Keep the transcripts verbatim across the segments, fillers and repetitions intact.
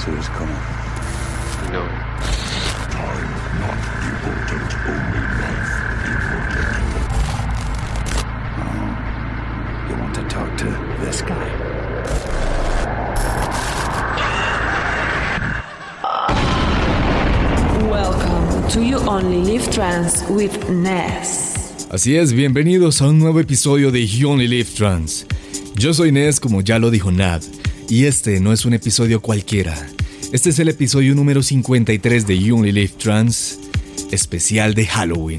see what's coming. No. Time not important, only life important. Oh, you want to talk to this guy? Welcome to You Only Live Trans with Ness. Así es, bienvenidos a un nuevo episodio de You Only Live Trans. Yo soy Ness, como ya lo dijo Nad, y este no es un episodio cualquiera. Este es el episodio número cincuenta y tres de You Only Live Trans, especial de Halloween.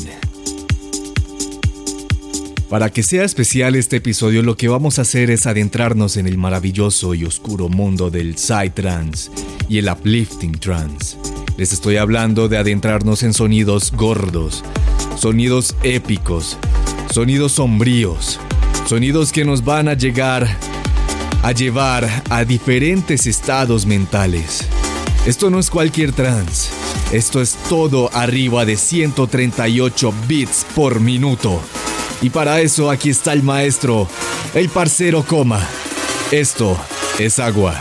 Para que sea especial este episodio, lo que vamos a hacer es adentrarnos en el maravilloso y oscuro mundo del Psytrance y el Uplifting Trance. Les estoy hablando de adentrarnos en sonidos gordos, sonidos épicos, sonidos sombríos, sonidos que nos van a llegar a llevar a diferentes estados mentales. Esto no es cualquier trance, esto es todo arriba de ciento treinta y ocho bits por minuto. Y para eso aquí está el maestro, el parcero Coma. Esto es agua.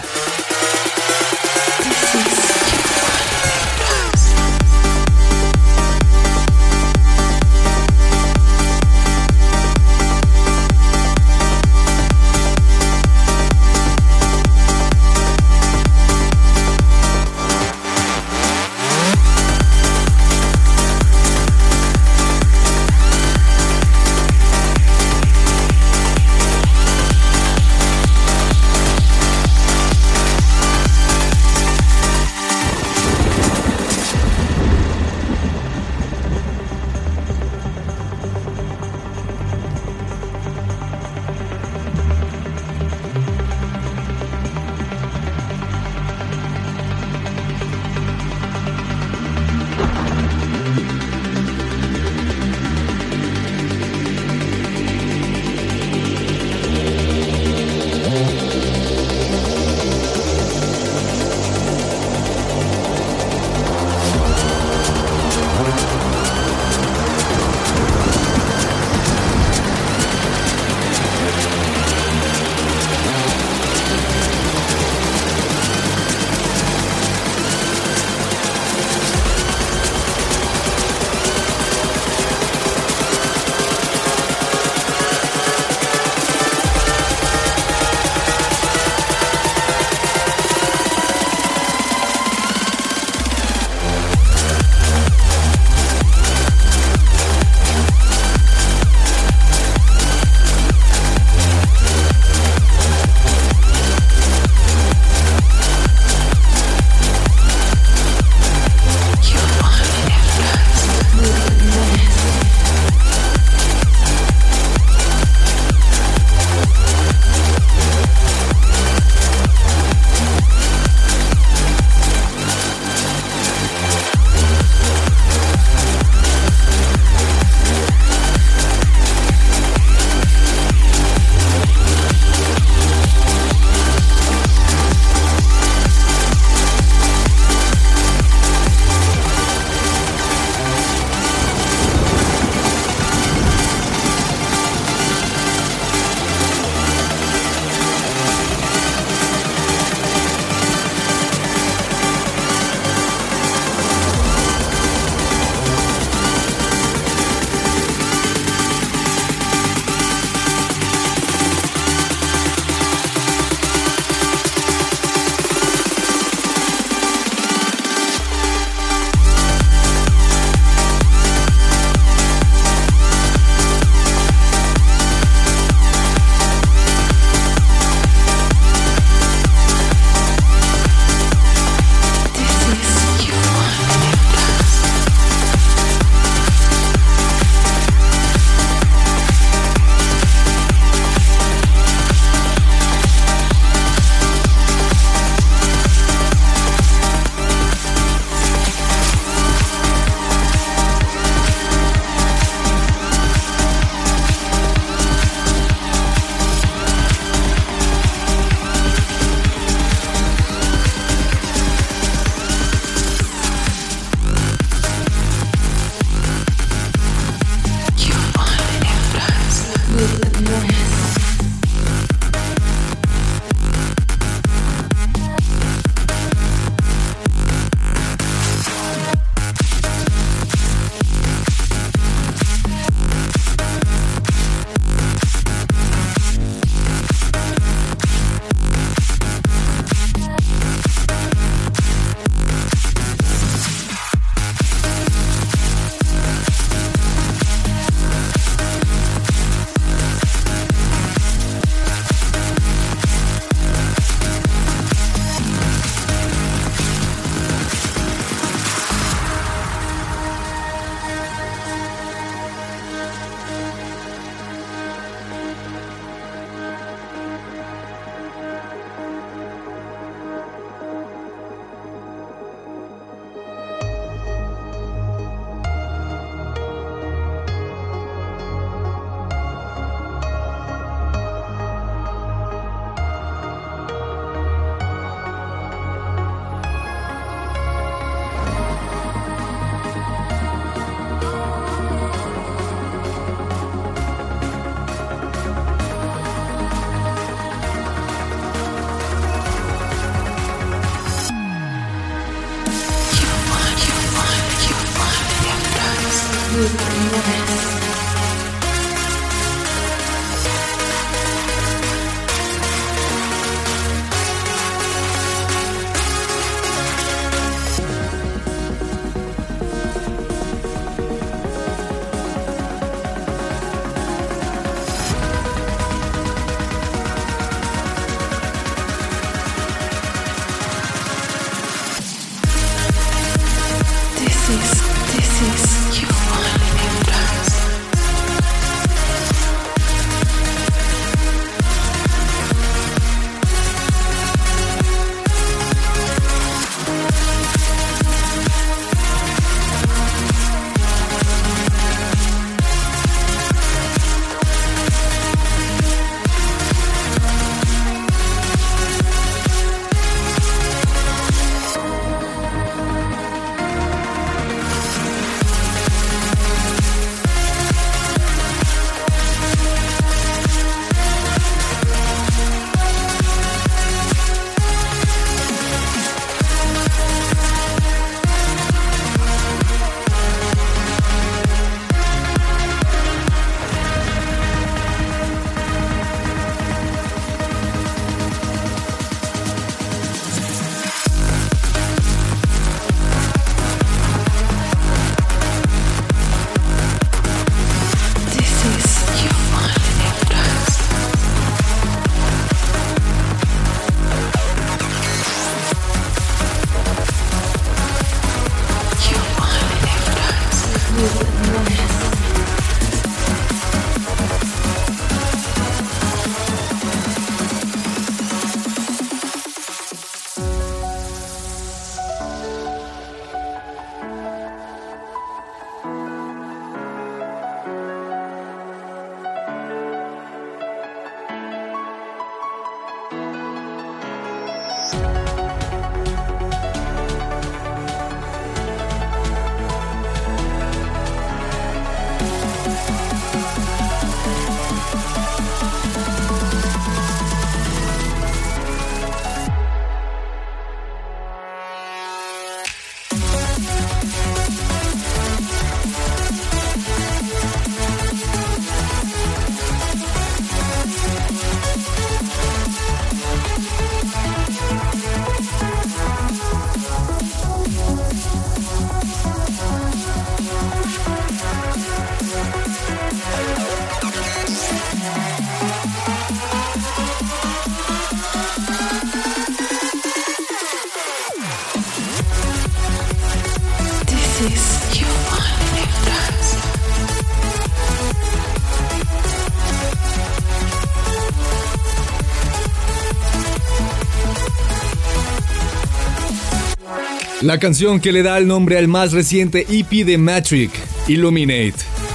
La canción que le da el nombre al más reciente E P de Matrix, Illuminate.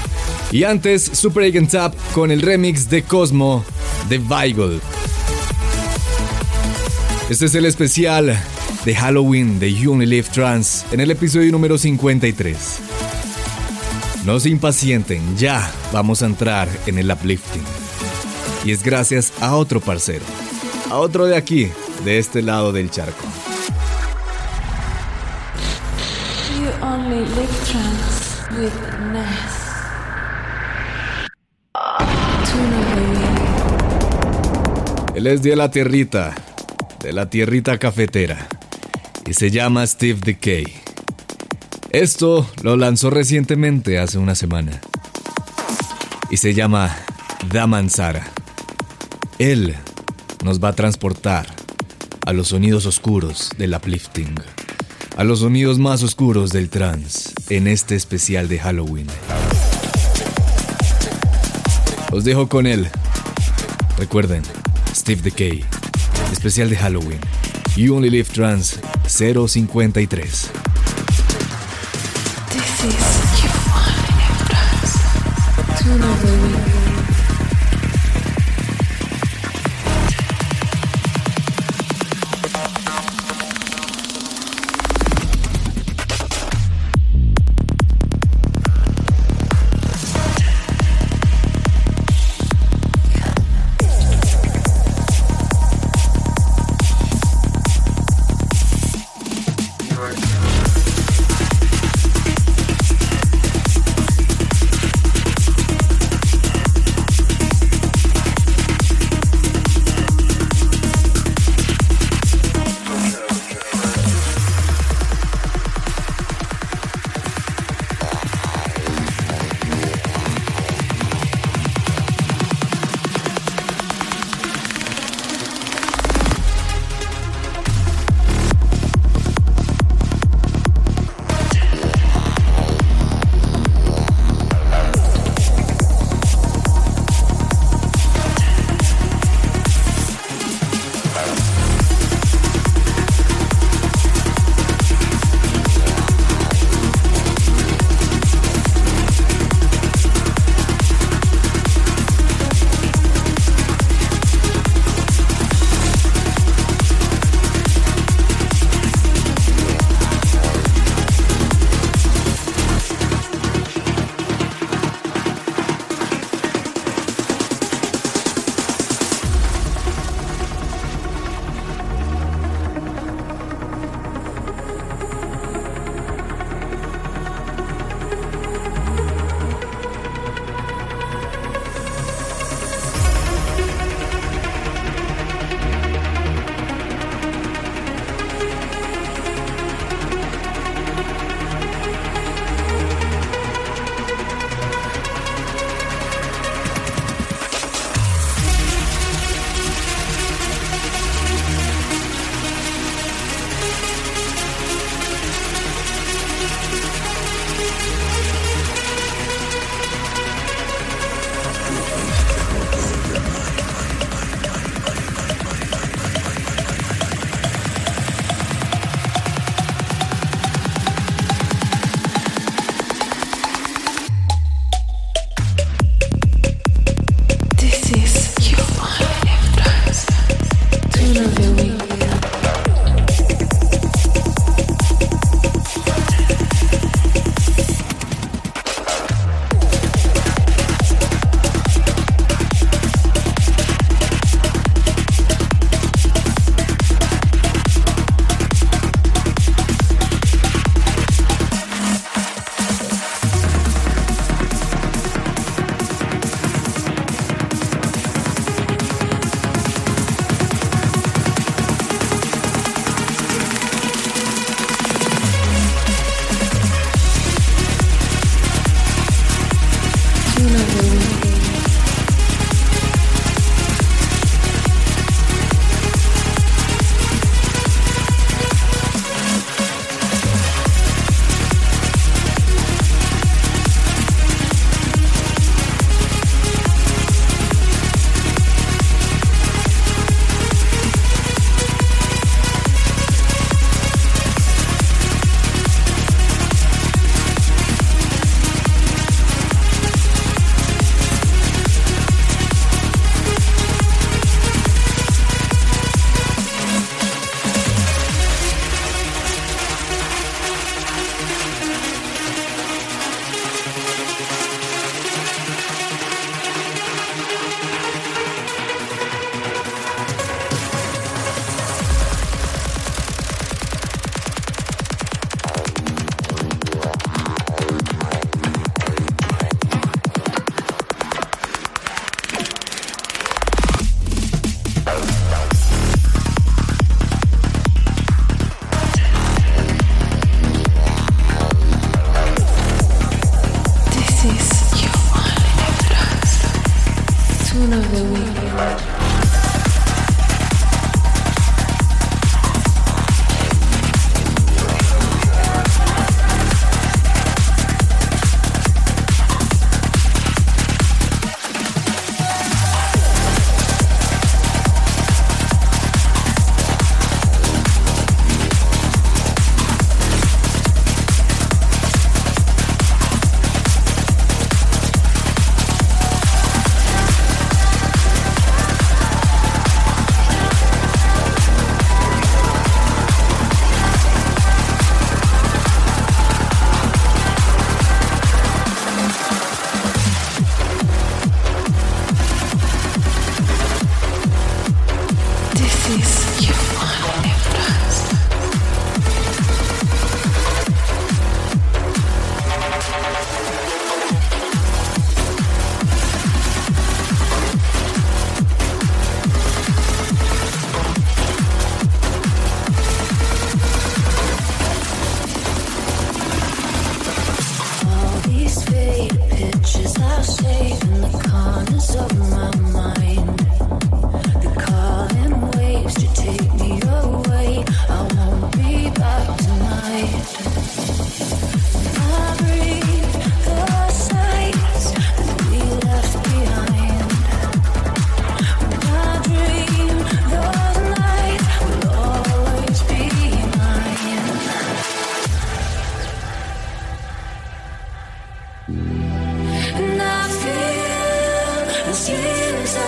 Y antes, Super Agent Tap con el remix de Cosmo de Weigl. Este es el especial de Halloween de You Only Live Trance en el episodio número cincuenta y tres. No se impacienten, ya vamos a entrar en el uplifting. Y es gracias a otro parcero, a otro de aquí, de este lado del charco. You Only Live Trance with Ness. Él es de la tierrita, de la tierrita cafetera, y se llama Steve Decay. Esto lo lanzó recientemente, hace una semana, y se llama Damansara. Él nos va a transportar a los sonidos oscuros del uplifting, a los sonidos más oscuros del trance, en este especial de Halloween. Os dejo con él. Recuerden, Steve Decay, especial de Halloween, You Only Live Trance cero cincuenta y tres. This is You Only Live Trance. Tuna Baby. And I feel as years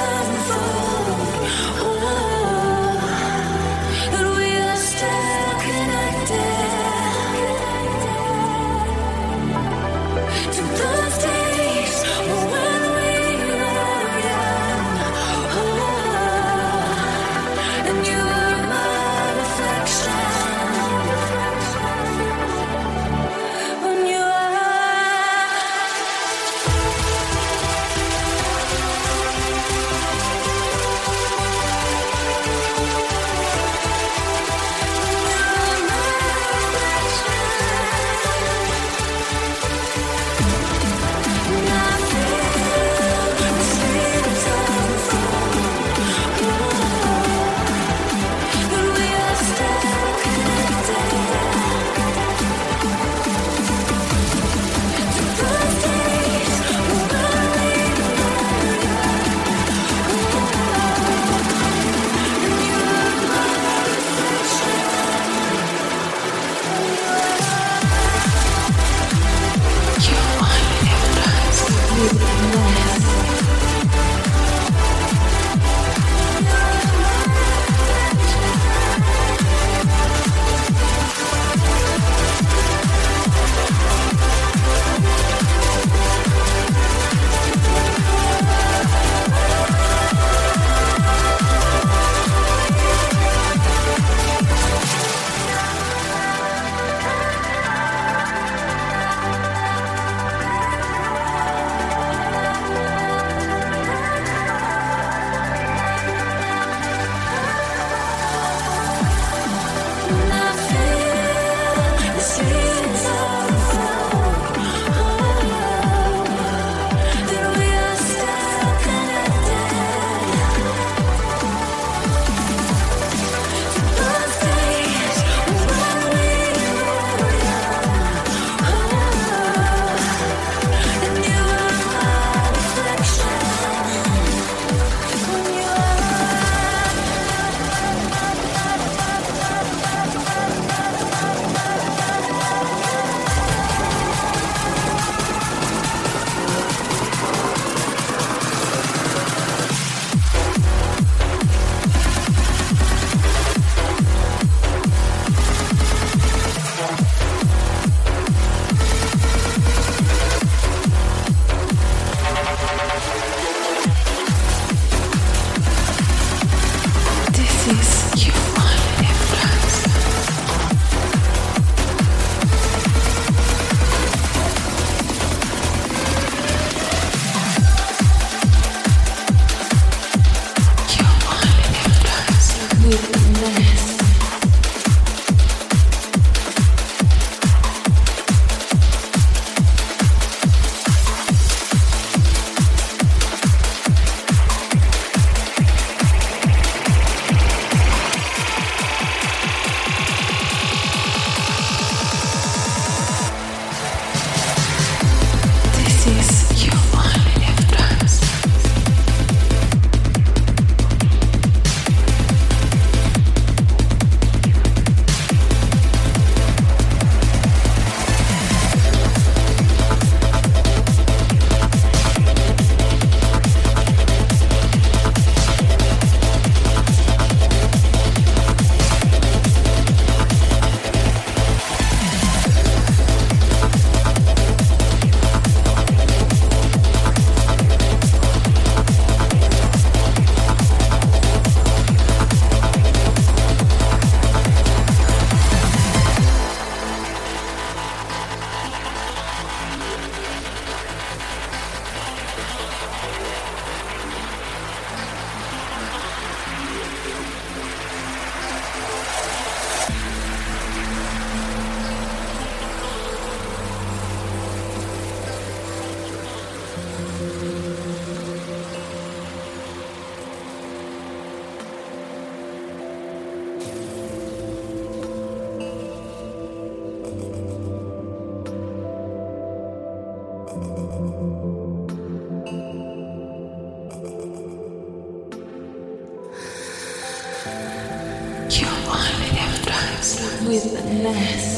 with Ness.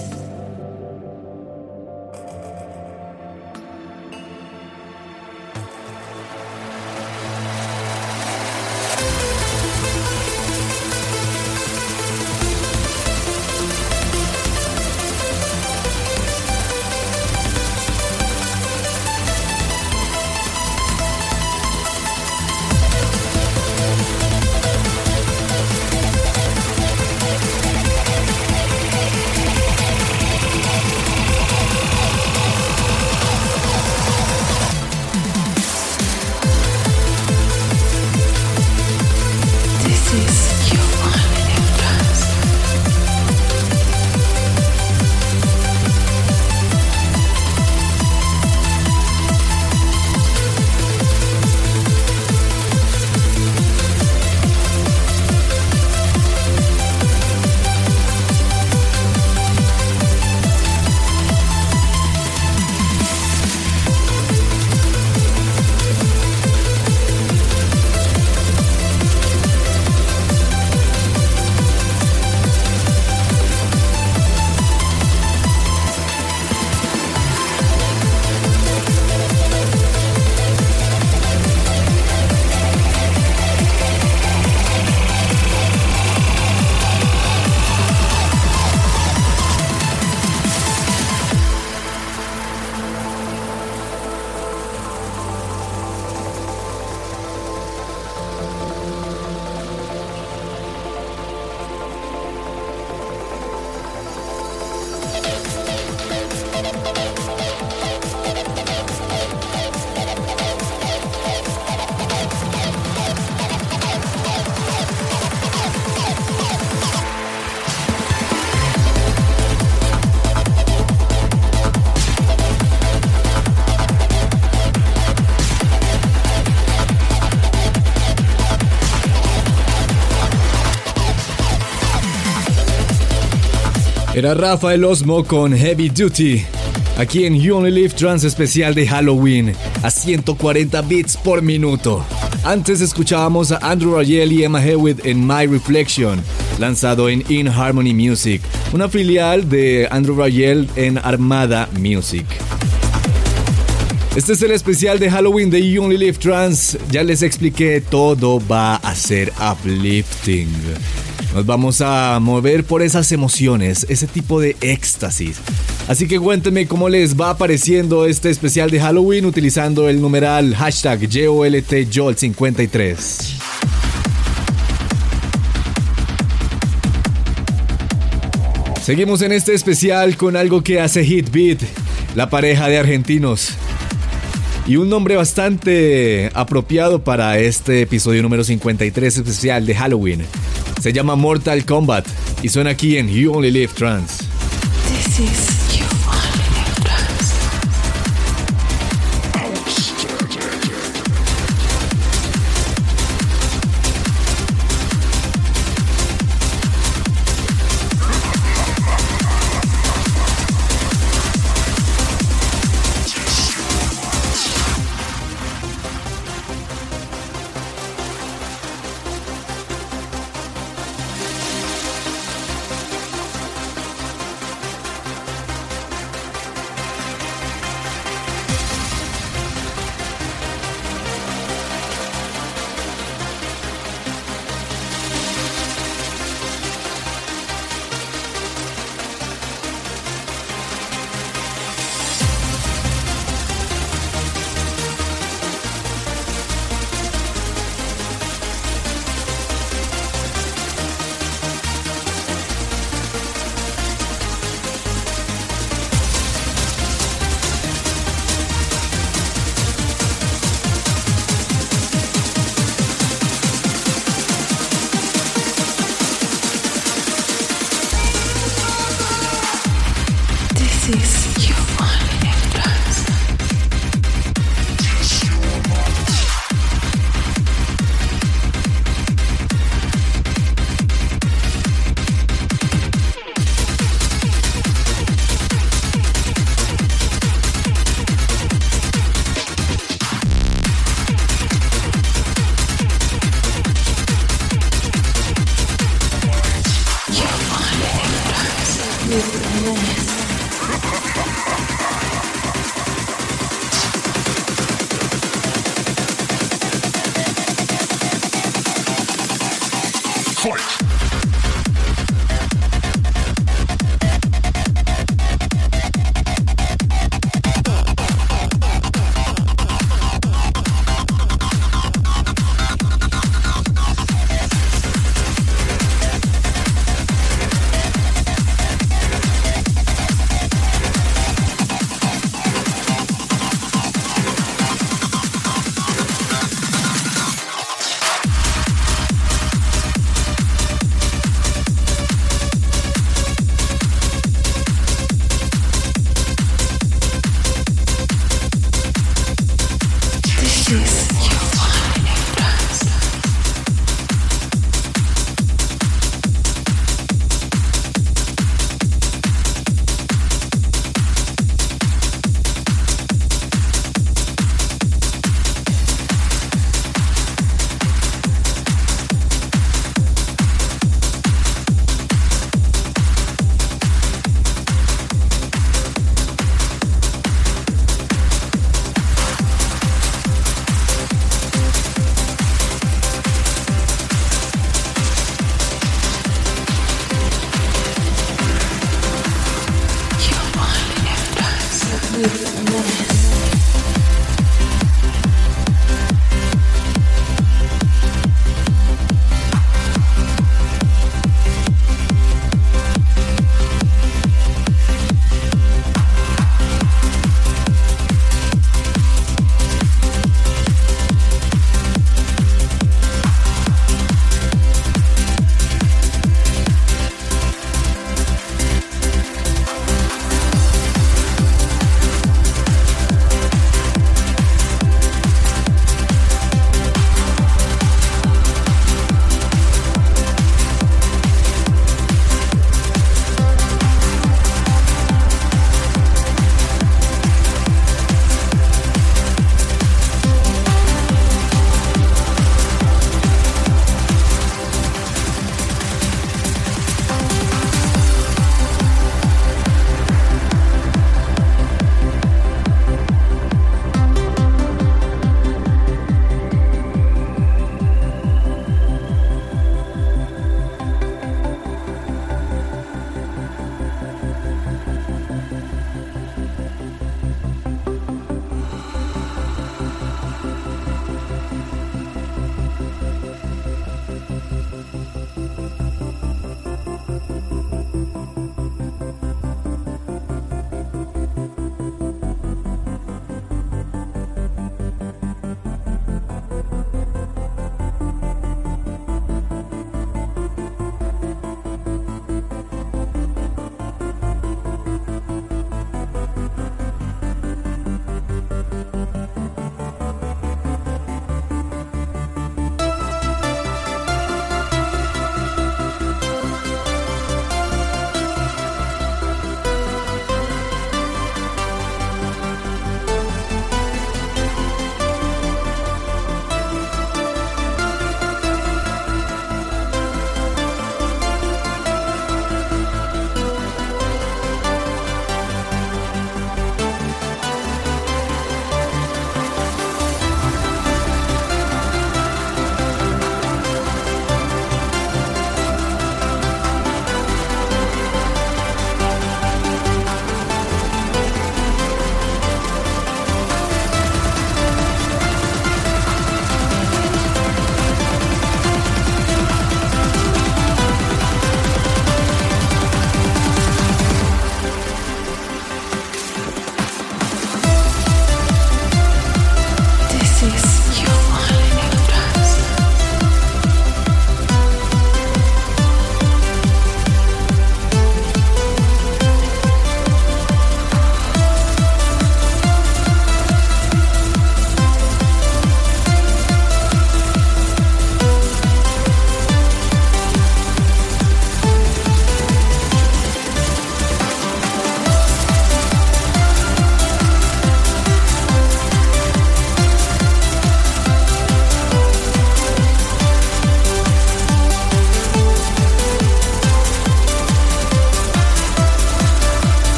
Era Rafael Osmo con Heavy Duty, aquí en You Only Live Trance especial de Halloween, a ciento cuarenta bits por minuto. Antes escuchábamos a Andrew Rayel y Emma Hewitt en My Reflection, lanzado en In Harmony Music, una filial de Andrew Rayel en Armada Music. Este es el especial de Halloween de You Only Live Trance. Ya les expliqué, todo va a ser uplifting. Nos vamos a mover por esas emociones, ese tipo de éxtasis. Así que cuéntenme cómo les va apareciendo este especial de Halloween utilizando el numeral hashtag J O L T Joel cincuenta y tres. Seguimos en este especial con algo que hace Hit Beat, la pareja de argentinos. Y un nombre bastante apropiado para este episodio número cincuenta y tres especial de Halloween. Se llama Mortal Kombat y suena aquí en You Only Live Trance. This is You Only Live Trance. You Only Live Trance. with Ness.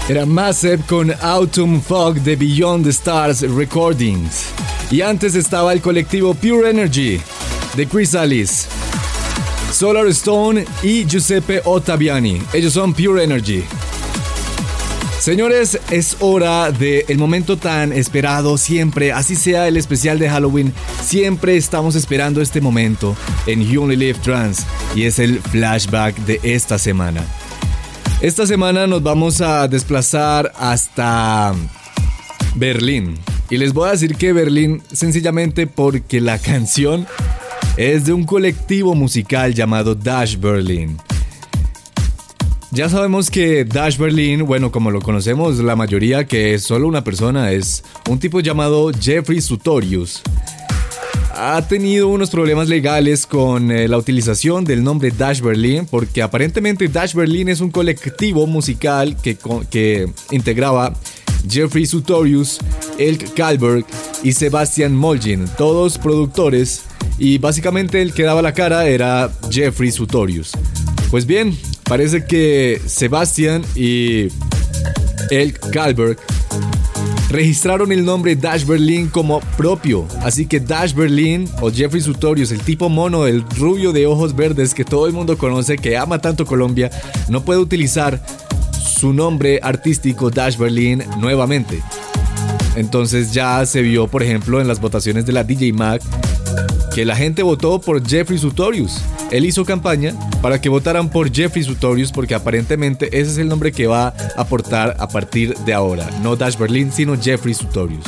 Era Massive con Autumn Fog de Beyond the Stars Recordings. Y antes estaba el colectivo Pure Energy de Chrysalis, Solar Stone y Giuseppe Ottaviani. Ellos son Pure Energy. Señores, es hora del momento tan esperado siempre, así sea el especial de Halloween, siempre estamos esperando este momento en You Only Live Trance, y es el flashback de esta semana. Esta semana nos vamos a desplazar hasta Berlín, y les voy a decir que Berlín sencillamente porque la canción es de un colectivo musical llamado Dash Berlin. Ya sabemos que Dash Berlin, bueno, como lo conocemos la mayoría, que es solo una persona, es un tipo llamado Jeffrey Sutorius. Ha tenido unos problemas legales con eh, la utilización del nombre Dash Berlin, porque aparentemente Dash Berlin es un colectivo musical que, que integraba Jeffrey Sutorius, Elk Kalberg y Sebastian Molgin, todos productores, y básicamente el que daba la cara era Jeffrey Sutorius. Pues bien, parece que Sebastian y Elk Kalberg registraron el nombre Dash Berlin como propio, así que Dash Berlin o Jeffrey Sutorius, el tipo mono, el rubio de ojos verdes que todo el mundo conoce, que ama tanto Colombia, no puede utilizar su nombre artístico Dash Berlin nuevamente. Entonces ya se vio, por ejemplo, en las votaciones de la D J Mag, que la gente votó por Jeffrey Sutorius. Él hizo campaña para que votaran por Jeffrey Sutorius, porque aparentemente ese es el nombre que va a aportar a partir de ahora. No Dash Berlin, sino Jeffrey Sutorius.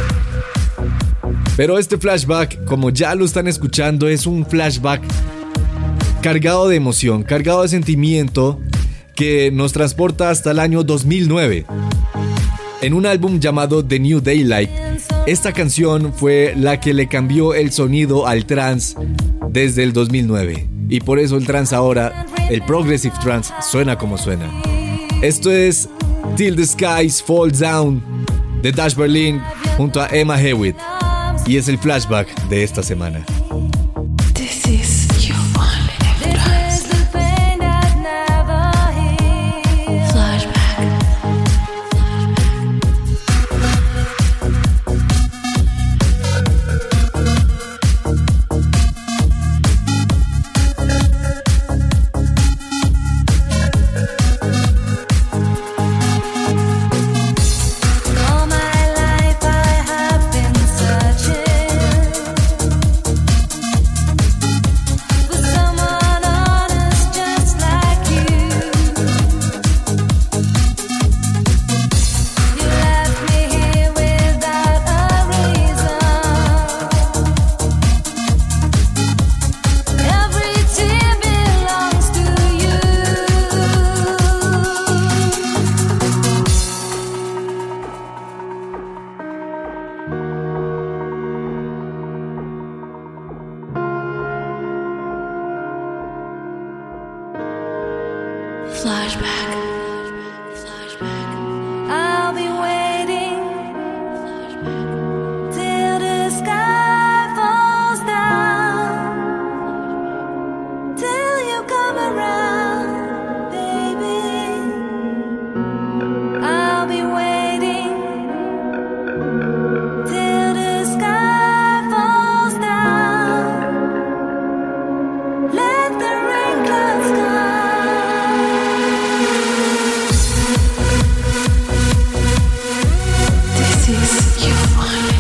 Pero este flashback, como ya lo están escuchando, es un flashback cargado de emoción, cargado de sentimiento, que nos transporta hasta el año dos mil nueve. En un álbum llamado The New Daylight, esta canción fue la que le cambió el sonido al trance desde el dos mil nueve. Y por eso el trance ahora, el progressive trance, suena como suena. Esto es Till the Skies Fall Down de Dash Berlin junto a Emma Hewitt. Y es el flashback de esta semana. This is You Only Live Trance. Flashback. I'll be waiting till the sky falls down, till you come around, baby. I'll be waiting till the sky falls down. Let the rain clouds come. This is You Only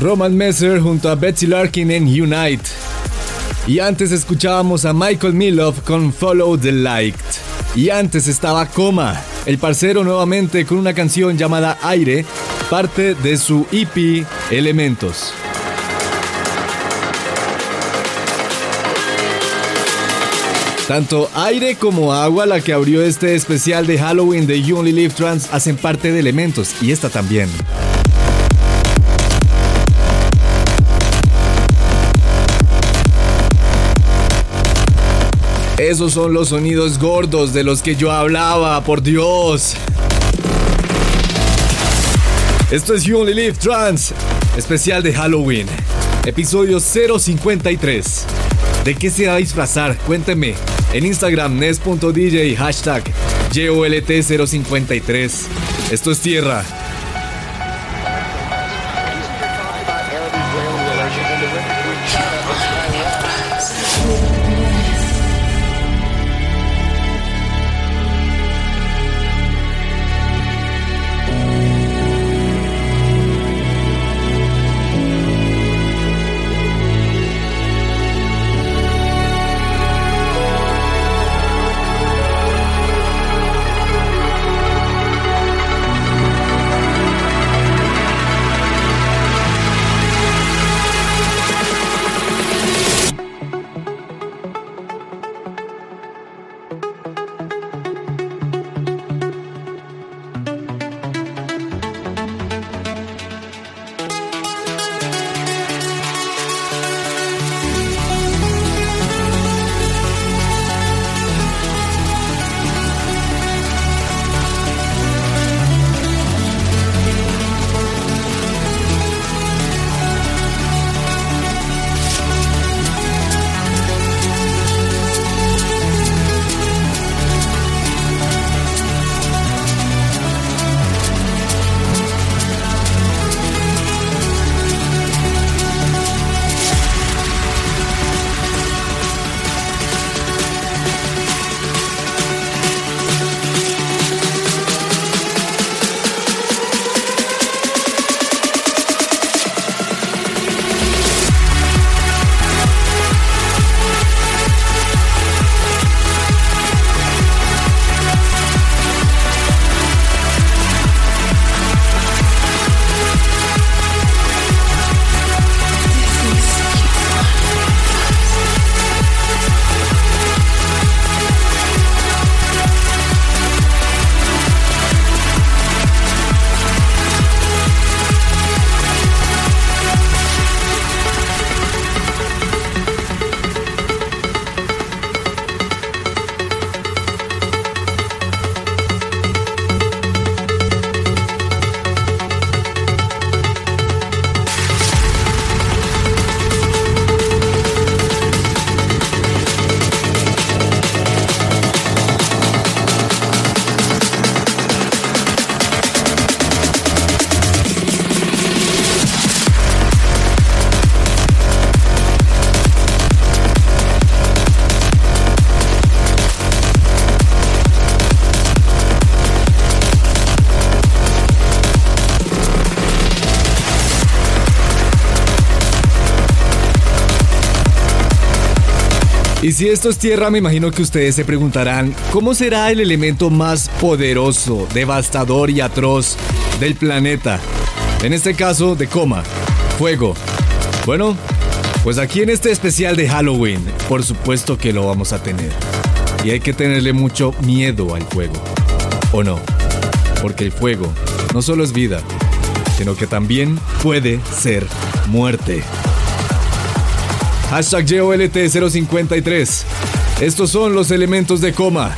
Roman Messer junto a Betsy Larkin en Unite. Y antes escuchábamos a Michael Milov con Follow the Light. Y antes estaba Coma, el parcero nuevamente con una canción llamada Aire, parte de su E P Elementos. Tanto Aire como Agua, la que abrió este especial de Halloween de You Only Live Trance, hacen parte de Elementos, y esta también. Esos son los sonidos gordos de los que yo hablaba, por Dios. Esto es You Only Live Trance, especial de Halloween, episodio cero cincuenta y tres. ¿De qué se va a disfrazar? Cuénteme. En Instagram, nes punto d j, hashtag Y O L T cero cincuenta y tres. Esto es Tierra. Y si esto es Tierra, me imagino que ustedes se preguntarán, ¿cómo será el elemento más poderoso, devastador y atroz del planeta? En este caso, de Coma, fuego. Bueno, pues aquí en este especial de Halloween, por supuesto que lo vamos a tener. Y hay que tenerle mucho miedo al fuego, ¿o no? Porque el fuego no solo es vida, sino que también puede ser muerte. Hashtag Y O L T cero cincuenta y tres. Estos son los elementos de Coma.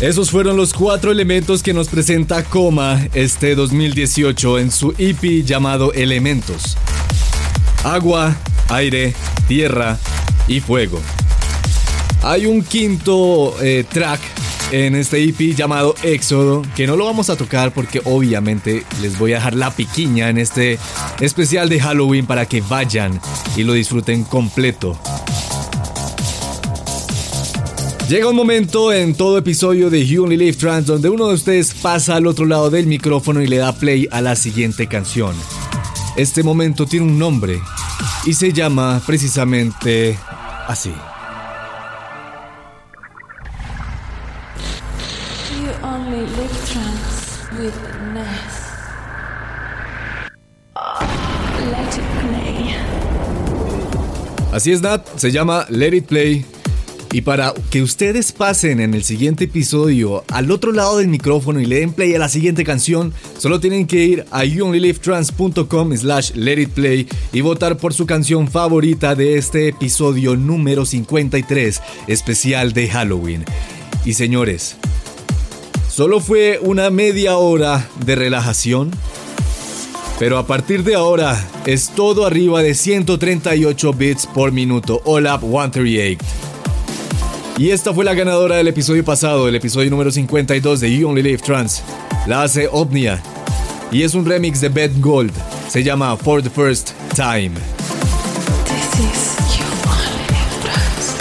Esos fueron los cuatro elementos que nos presenta Coma este dos mil dieciocho en su E P llamado Elementos. Agua, aire, tierra y fuego. Hay un quinto eh, track en este E P llamado Éxodo, que no lo vamos a tocar porque obviamente les voy a dejar la piquiña en este especial de Halloween para que vayan y lo disfruten completo. Llega un momento en todo episodio de You Only Live Trance donde uno de ustedes pasa al otro lado del micrófono y le da play a la siguiente canción. Este momento tiene un nombre y se llama precisamente así. You only live trance with Ness. Let it play. Así es, Nat, se llama Let It Play. Y para que ustedes pasen en el siguiente episodio al otro lado del micrófono y le den play a la siguiente canción, solo tienen que ir a you only live trance punto com slash let it play y votar por su canción favorita de este episodio número cincuenta y tres, especial de Halloween. Y señores, solo fue una media hora de relajación, pero a partir de ahora es todo arriba de ciento treinta y ocho bits por minuto. All up ciento treinta y ocho. Y esta fue la ganadora del episodio pasado, el episodio número cincuenta y dos de You Only Live Trance. La hace Omnia y es un remix de Ben Gold. Se llama For the First Time. This is You Only Live Trance.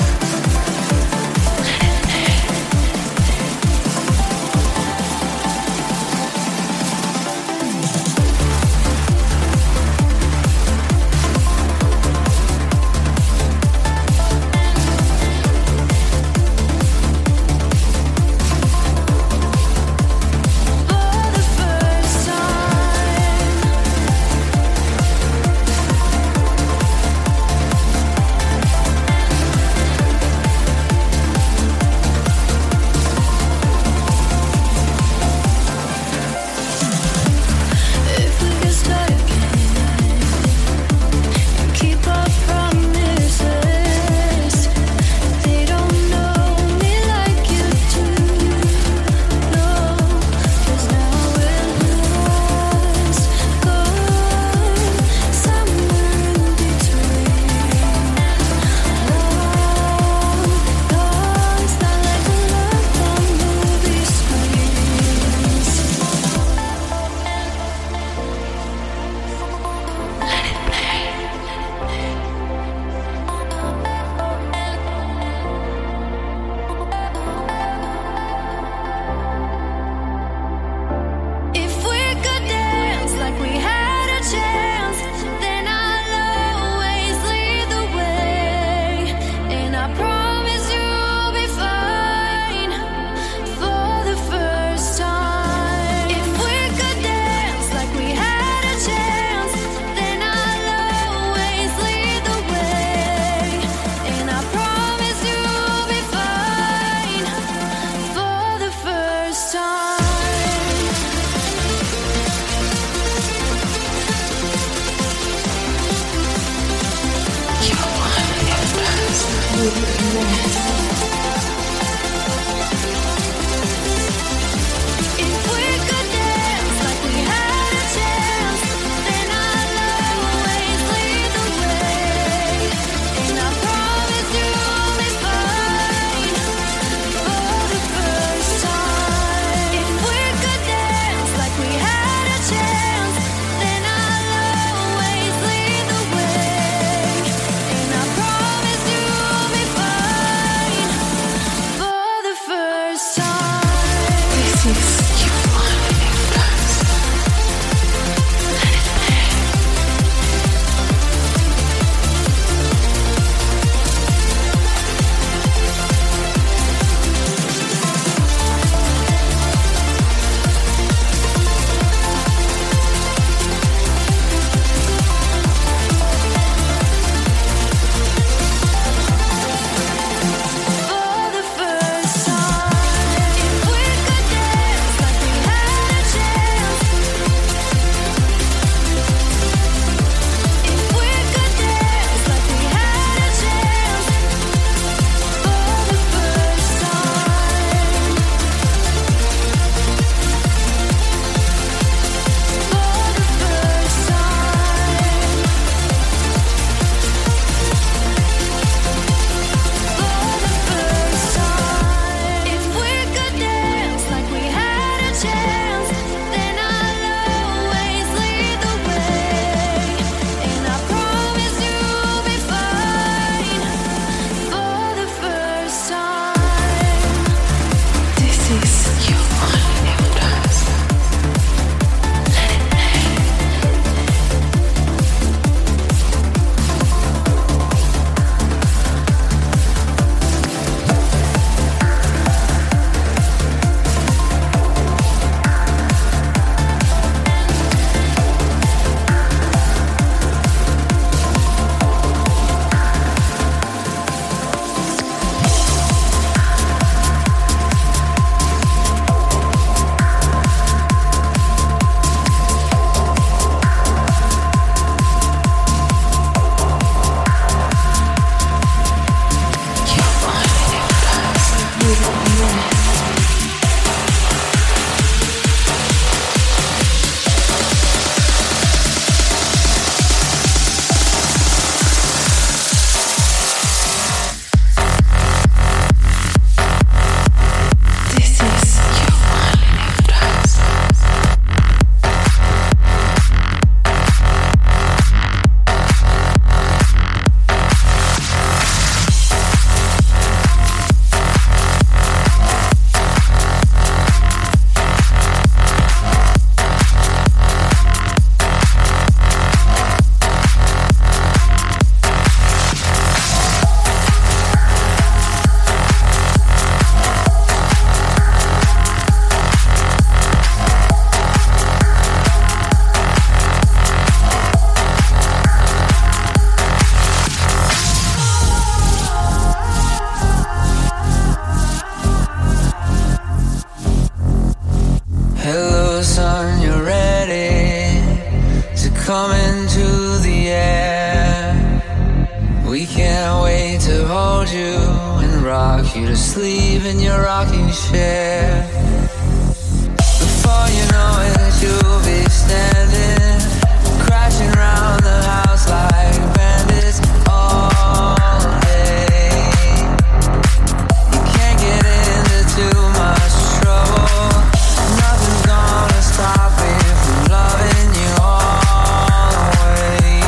coming to the air. We can't wait to hold you and rock you to sleep in your rocking chair. Before you know it, you'll be standing, crashing round the house like bandits all day. You can't get into too much trouble. Nothing's gonna stop me from loving you always.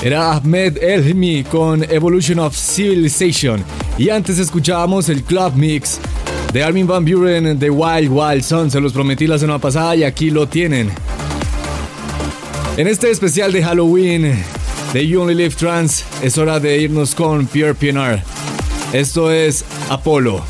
Era Ahmed Elmi con Evolution of Civilization. Y antes escuchábamos el Club Mix de Armin van Buuren de Wild Wild Son. Se los prometí la semana pasada y aquí lo tienen. En este especial de Halloween de You Only Live Trance es hora de irnos con Pierre Pienaar. Esto es Apollo.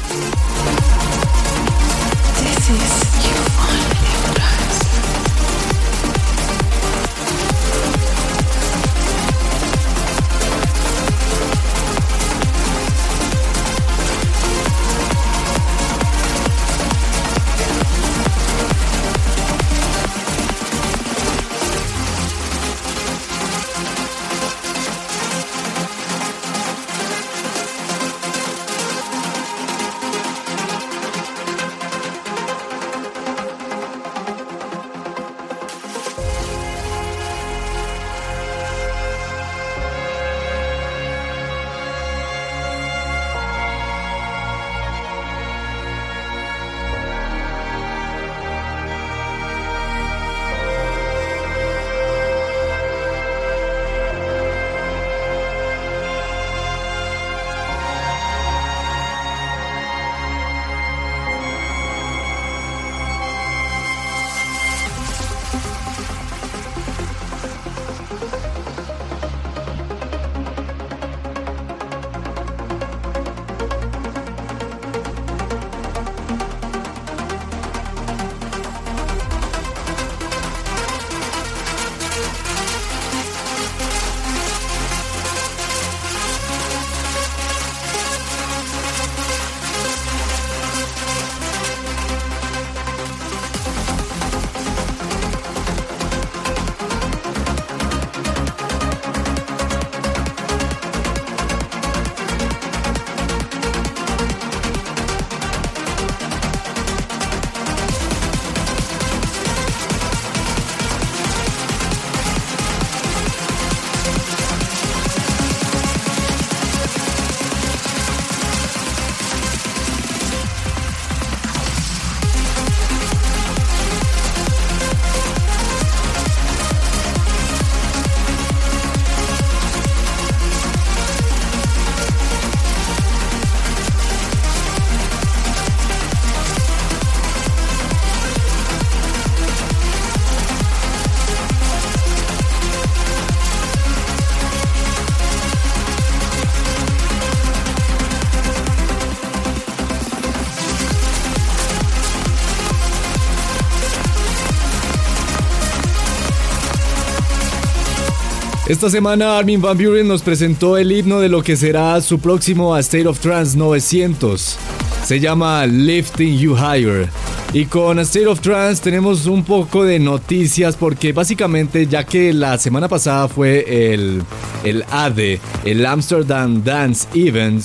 Esta semana Armin van Buuren nos presentó el himno de lo que será su próximo A State of Trance novecientos. Se llama Lifting You Higher. Y con A State of Trance tenemos un poco de noticias porque básicamente ya que la semana pasada fue el, el A D E, el Amsterdam Dance Event,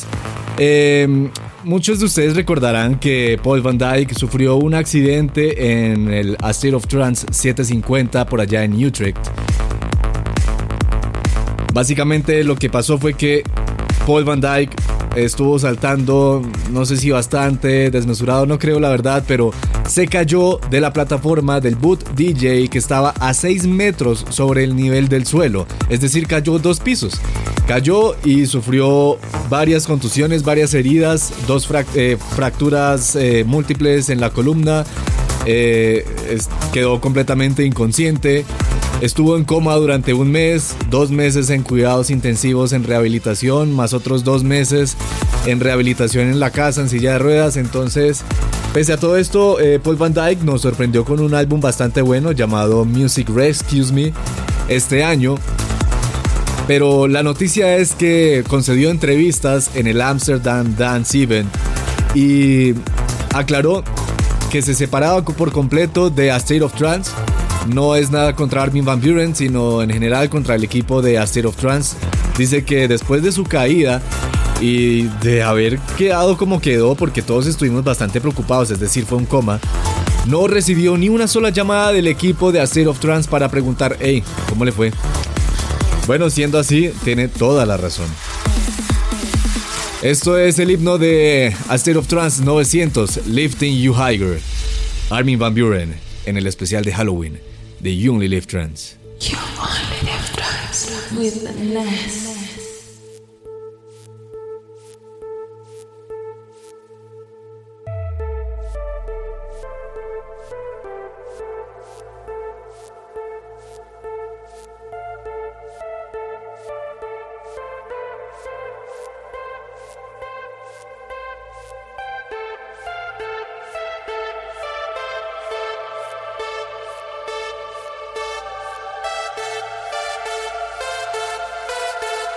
eh, muchos de ustedes recordarán que Paul van Dyk sufrió un accidente en el A State of Trance setecientos cincuenta por allá en Utrecht. Básicamente lo que pasó fue que Paul van Dyk estuvo saltando, no sé si bastante, desmesurado, no creo la verdad, pero se cayó de la plataforma del boot D J que estaba a seis metros sobre el nivel del suelo, es decir, cayó dos pisos. Cayó y sufrió varias contusiones, varias heridas, dos frac- eh, fracturas eh, múltiples en la columna, eh, es, quedó completamente inconsciente. Estuvo en coma durante un mes, dos meses en cuidados intensivos en rehabilitación, más otros dos meses en rehabilitación en la casa, en silla de ruedas. Entonces, pese a todo esto, eh, Paul van Dyk nos sorprendió con un álbum bastante bueno llamado Music Rescues Me este año. Pero la noticia es que concedió entrevistas en el Amsterdam Dance Event y aclaró que se separaba por completo de A State of Trance. No es nada contra Armin van Buuren, sino en general contra el equipo de A State of Trance. Dice que después de su caída y de haber quedado como quedó, porque todos estuvimos bastante preocupados, es decir, fue un coma, no recibió ni una sola llamada del equipo de A State of Trance para preguntar, hey, ¿cómo le fue? Bueno, siendo así, tiene toda la razón. Esto es el himno de A State of Trance novecientos, Lifting You Higher. Armin van Buuren en el especial de Halloween de You Only Live Trance. You Only Live Trance. with Ness. Thank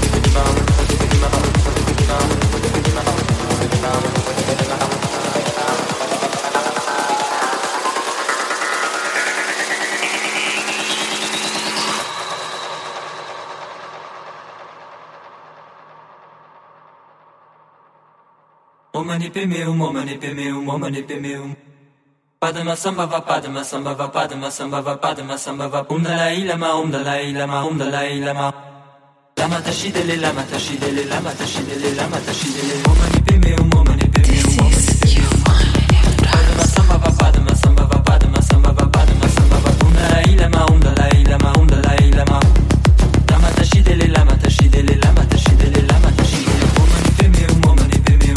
Mani pe meu, mani pe meu, mani pe meu. Padma samba va padma samba va padma samba va padma samba va um dalai lama um dalai lama um dalai lama. Lama tashidele lama tashidele lama tashidele lama tashidele mani pe meu, mani pe meu, mani pe meu. Padma samba va padma samba va padma samba va padma samba va um dalai lama um dalai lama um dalai lama. Lama tashidele lama tashidele lama tashidele lama tashidele mani pe meu, mani pe meu.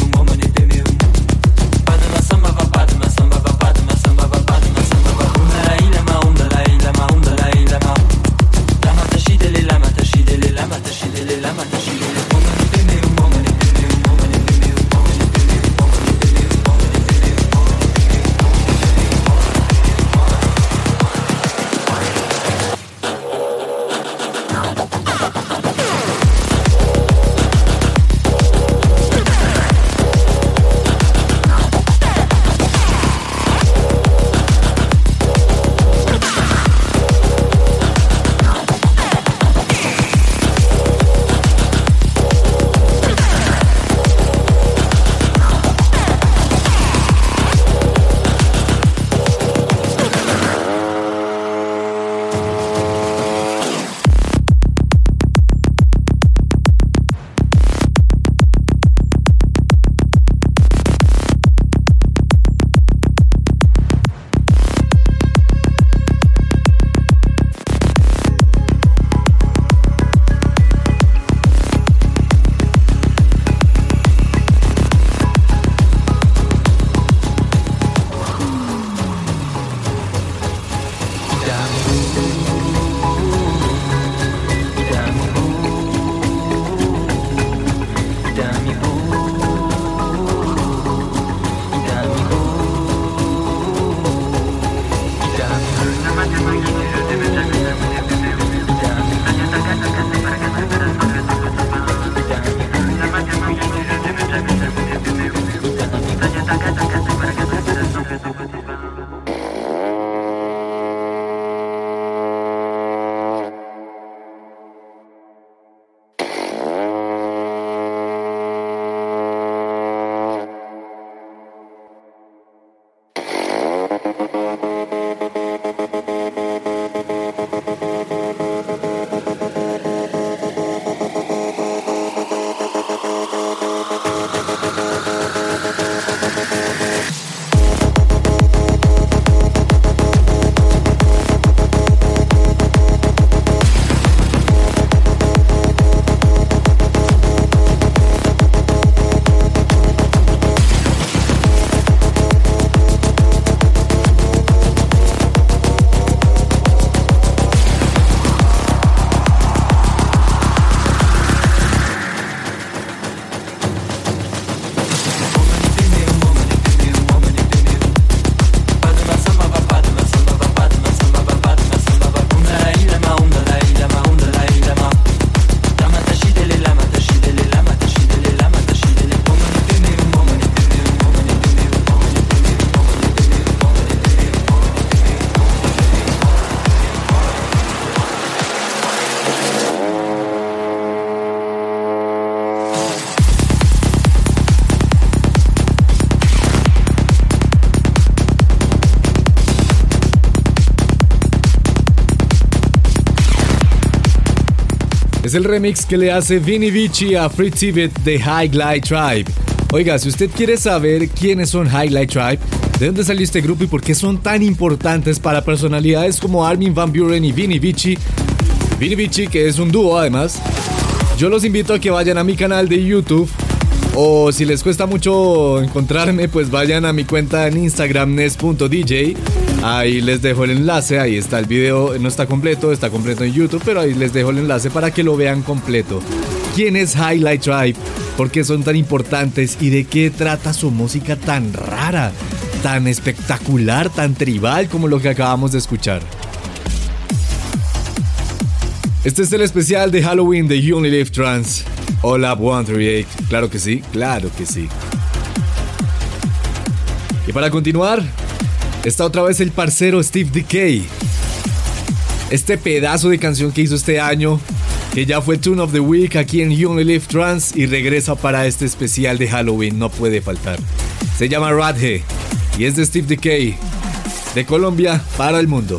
Lama tashidele lama tashidele Es el remix que le hace Vini Vici a Free Tibet de Highlight Tribe. Oiga, si usted quiere saber quiénes son Highlight Tribe, de dónde salió este grupo y por qué son tan importantes para personalidades como Armin van Buuren y Vini Vici, Vini Vici, que es un dúo además, yo los invito a que vayan a mi canal de YouTube, o si les cuesta mucho encontrarme, pues vayan a mi cuenta en Instagram, nes punto d j. Ahí les dejo el enlace, ahí está el video, no está completo, está completo en YouTube, pero ahí les dejo el enlace para que lo vean completo. ¿Quién es Highlight Tribe? ¿Por qué son tan importantes? ¿Y de qué trata su música tan rara, tan espectacular, tan tribal como lo que acabamos de escuchar? Este es el especial de Halloween de You Only Live Trance. Hola, ciento treinta y ocho. Claro que sí, claro que sí. Y para continuar, está otra vez el parcero Steve Decay. Este pedazo de canción que hizo este año, que ya fue Tune of the Week aquí en You Only Live Trance y regresa para este especial de Halloween, no puede faltar. Se llama Radhe y es de Steve Decay, de Colombia para el mundo.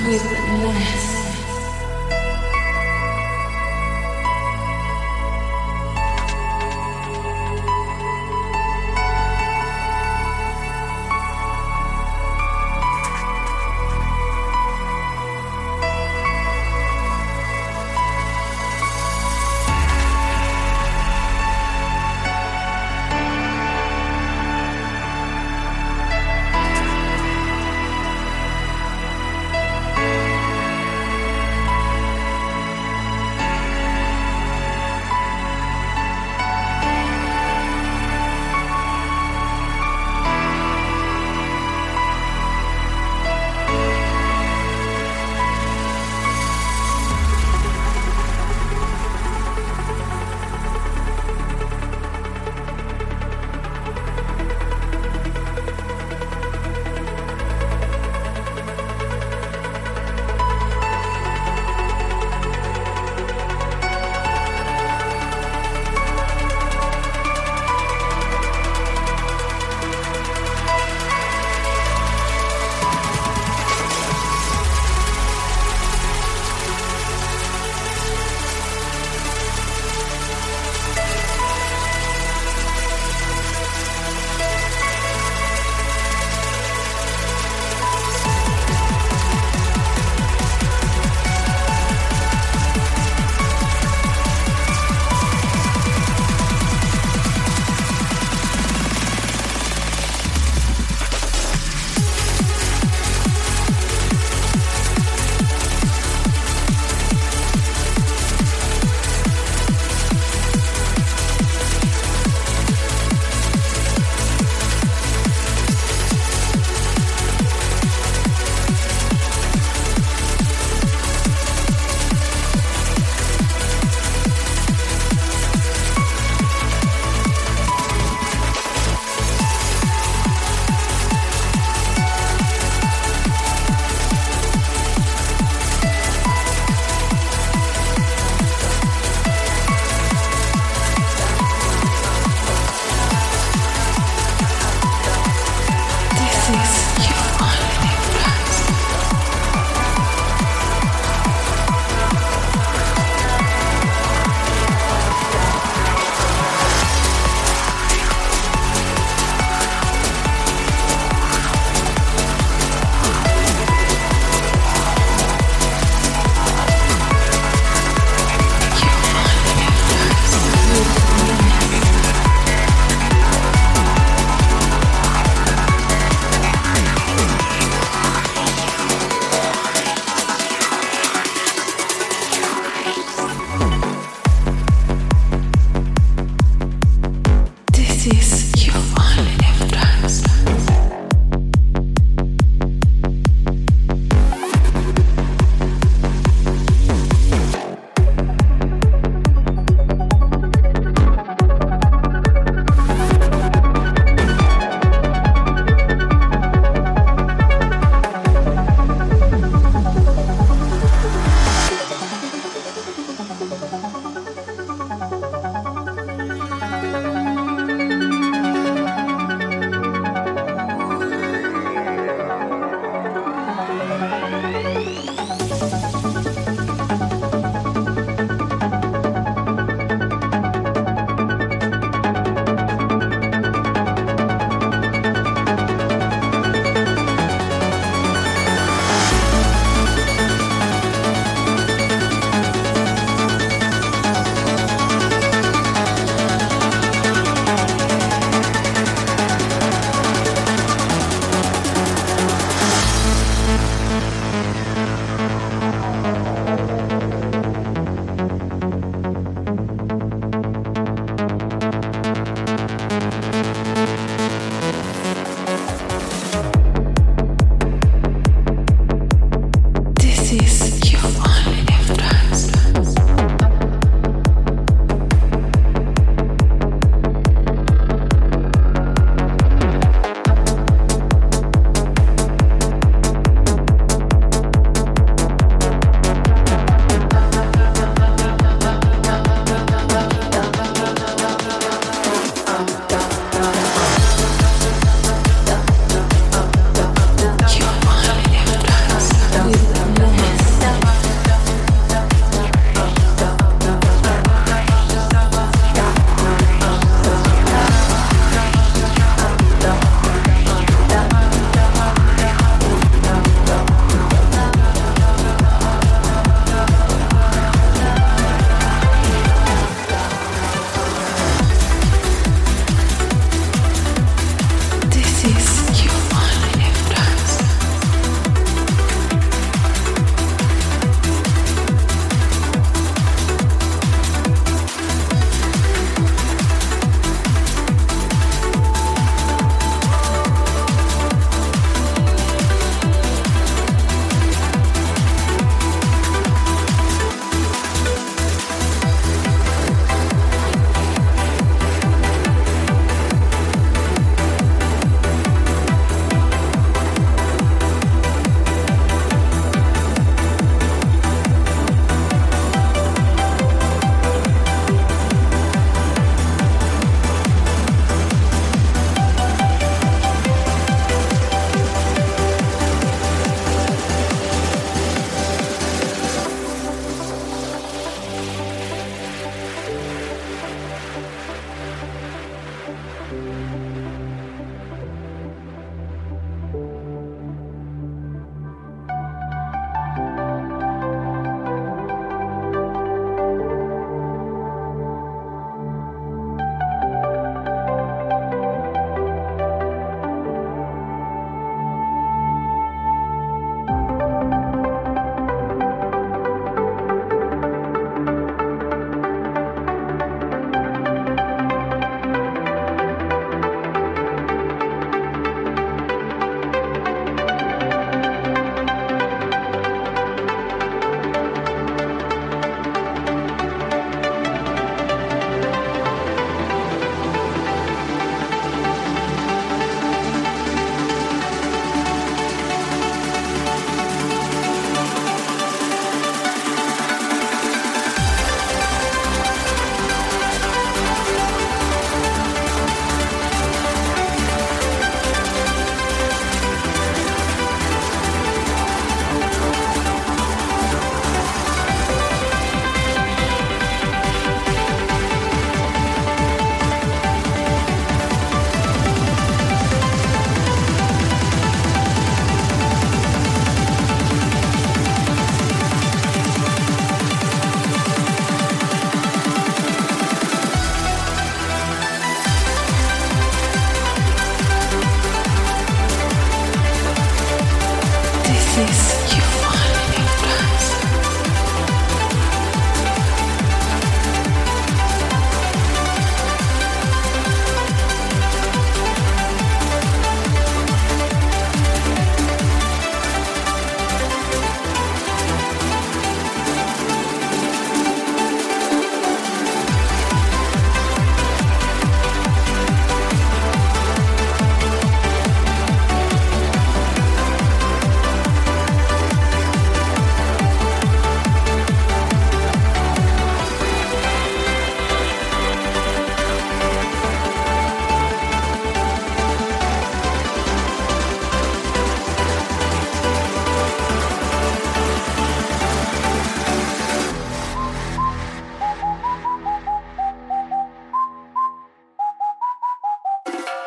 with Ness.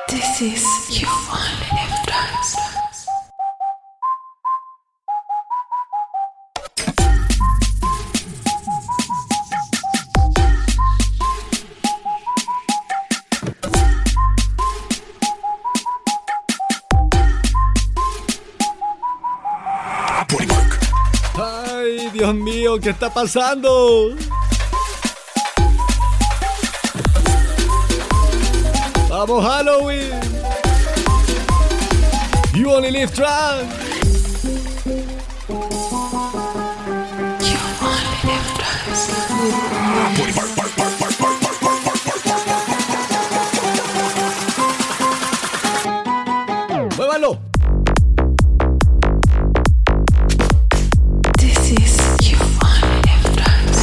This is You Only Live Trance. Ay, Dios mío, ¿qué está pasando? ¡Vamos, Halloween! You Only Live Trance. You Only Live Trance. ¡Muévalo! This is You Only Live Trance.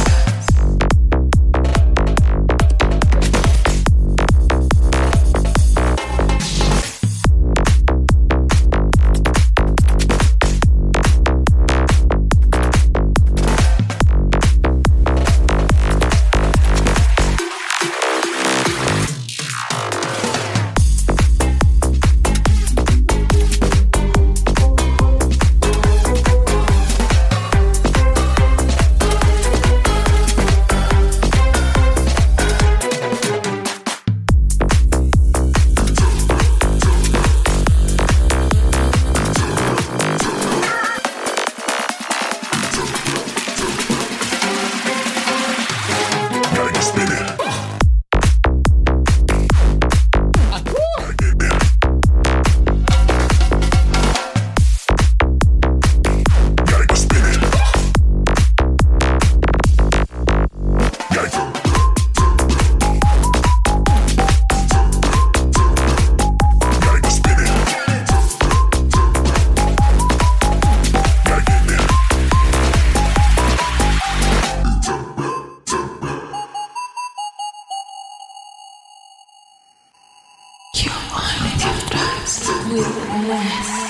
You Only Live Trance with Ness.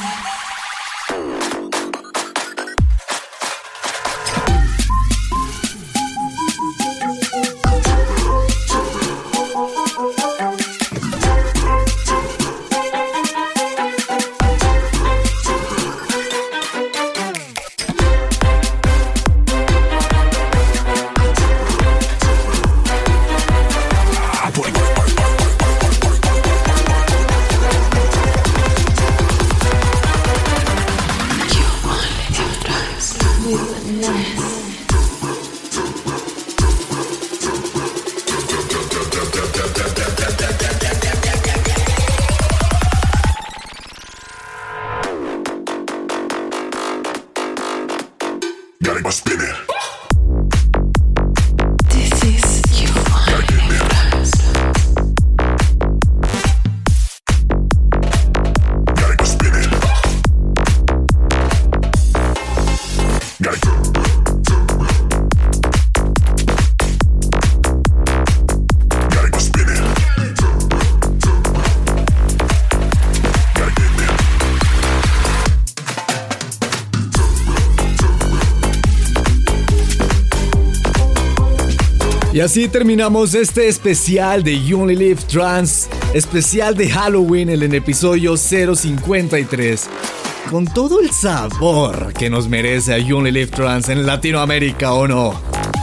Y así terminamos este especial de You Only Live Trance, especial de Halloween en el episodio cero cincuenta y tres, con todo el sabor que nos merece a You Only Live Trance en Latinoamérica, ¿o no?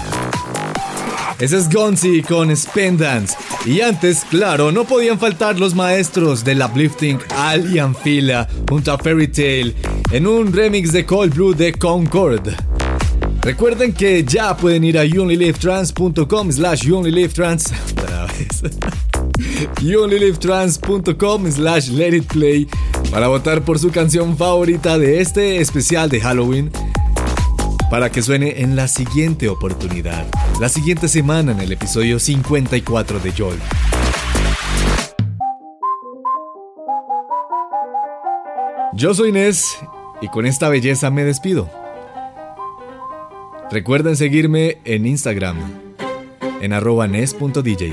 Ese es Gonzi con Spendance. Y antes, claro, no podían faltar los maestros del uplifting Al y Anfila junto a Fairy Tail en un remix de Cold Blue de Concord. Recuerden que ya pueden ir a you only live trance punto com slash you only live trance otra vez you only live trance punto com slash let it play para votar por su canción favorita de este especial de Halloween, para que suene en la siguiente oportunidad, la siguiente semana en el episodio cincuenta y cuatro de Joel. Yo soy Ness y con esta belleza me despido. Recuerden seguirme en Instagram, en arroba nes punto d j.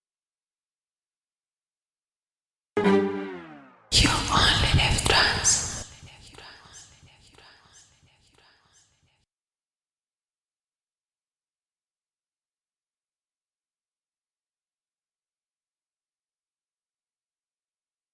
You Only Live Trance.